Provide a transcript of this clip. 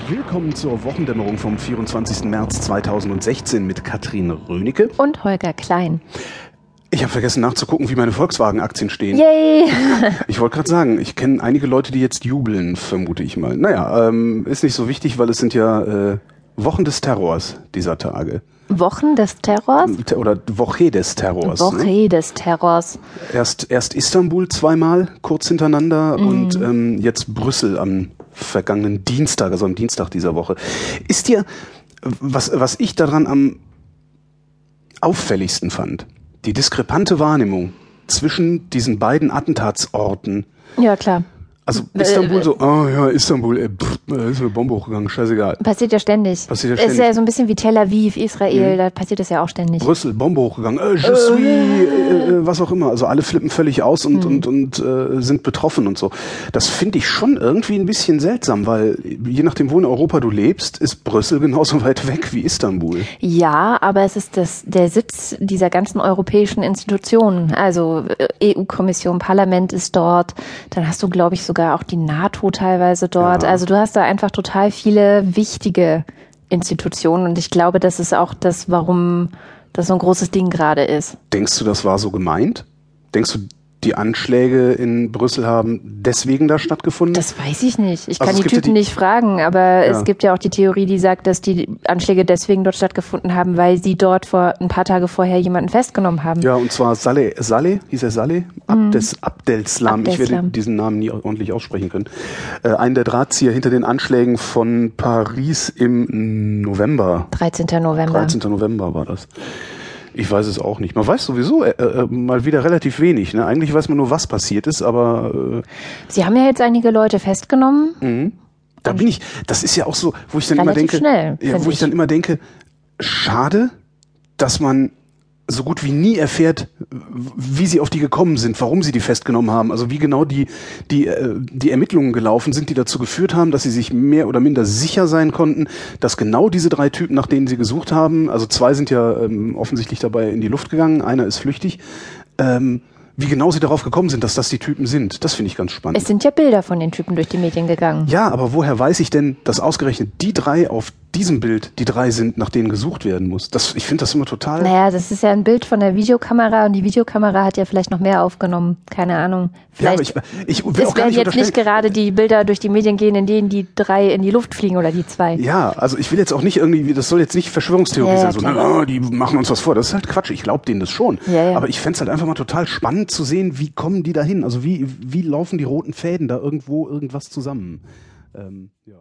Willkommen zur Wochendämmerung vom 24. März 2016 mit Katrin Rönecke und Holger Klein. Ich habe vergessen nachzugucken, wie meine Volkswagen-Aktien stehen. Yay! Ich wollte gerade sagen, ich kenne einige Leute, die jetzt jubeln, vermute ich mal. Naja, ist nicht so wichtig, weil es sind ja Wochen des Terrors dieser Tage. Wochen des Terrors? Oder Woche des Terrors. Woche des Terrors. Erst Istanbul zweimal, kurz hintereinander, und jetzt Brüssel am vergangenen Dienstag, also am Dienstag dieser Woche. Ist dir, was ich daran am auffälligsten fand, die diskrepante Wahrnehmung zwischen diesen beiden Attentatsorten. Ja, klar. Also Istanbul Istanbul, ist eine Bombe hochgegangen, scheißegal. Passiert ja ständig. Es ist ja so ein bisschen wie Tel Aviv, Israel, da passiert das ja auch ständig. Brüssel, Bombe hochgegangen, je suis, was auch immer. Also alle flippen völlig aus und sind betroffen und so. Das finde ich schon irgendwie ein bisschen seltsam, weil je nachdem, wo in Europa du lebst, ist Brüssel genauso weit weg wie Istanbul. Ja, aber es ist der Sitz dieser ganzen europäischen Institutionen. Also EU-Kommission, Parlament ist dort. Dann hast du, glaube ich, sogar auch die NATO teilweise dort. Ja. Also du hast da einfach total viele wichtige Institutionen und ich glaube, das ist auch das, warum das so ein großes Ding gerade ist. Denkst du, das war so gemeint? Denkst du, die Anschläge in Brüssel haben deswegen da stattgefunden? Das weiß ich nicht. Ich kann die Typen nicht fragen, aber es gibt ja auch die Theorie, die sagt, dass die Anschläge deswegen dort stattgefunden haben, weil sie dort ein paar Tage vorher jemanden festgenommen haben. Ja, und zwar Saleh, hieß er Saleh? Abdeslam, ich werde diesen Namen nie ordentlich aussprechen können. Einen der Drahtzieher hinter den Anschlägen von Paris im November. 13. November war das. Ich weiß es auch nicht. Man weiß sowieso mal wieder relativ wenig. Ne? Eigentlich weiß man nur, was passiert ist, aber... Sie haben ja jetzt einige Leute festgenommen. Mhm. Das ist ja auch so, wo ich dann immer denke, schade, dass man so gut wie nie erfährt, wie sie auf die gekommen sind, warum sie die festgenommen haben, also wie genau die Ermittlungen gelaufen sind, die dazu geführt haben, dass sie sich mehr oder minder sicher sein konnten, dass genau diese 3 Typen, nach denen sie gesucht haben, also 2 sind ja offensichtlich dabei in die Luft gegangen, einer ist flüchtig, wie genau sie darauf gekommen sind, dass das die Typen sind, das finde ich ganz spannend. Es sind ja Bilder von den Typen durch die Medien gegangen. Ja, aber woher weiß ich denn, dass ausgerechnet die 3 auf diesem Bild die 3 sind, nach denen gesucht werden muss? Ich finde das immer total... Naja, das ist ja ein Bild von der Videokamera und die Videokamera hat ja vielleicht noch mehr aufgenommen. Keine Ahnung. Vielleicht ja, aber ich will auch gar nicht jetzt nicht gerade die Bilder durch die Medien gehen, in denen die 3 in die Luft fliegen oder die 2. Ja, also ich will jetzt auch nicht irgendwie, das soll jetzt nicht Verschwörungstheorie sein, so, die machen uns was vor. Das ist halt Quatsch, ich glaube denen das schon. Ja. Aber ich fände es halt einfach mal total spannend zu sehen, wie kommen die da hin? Also wie laufen die roten Fäden da irgendwas zusammen? Ja.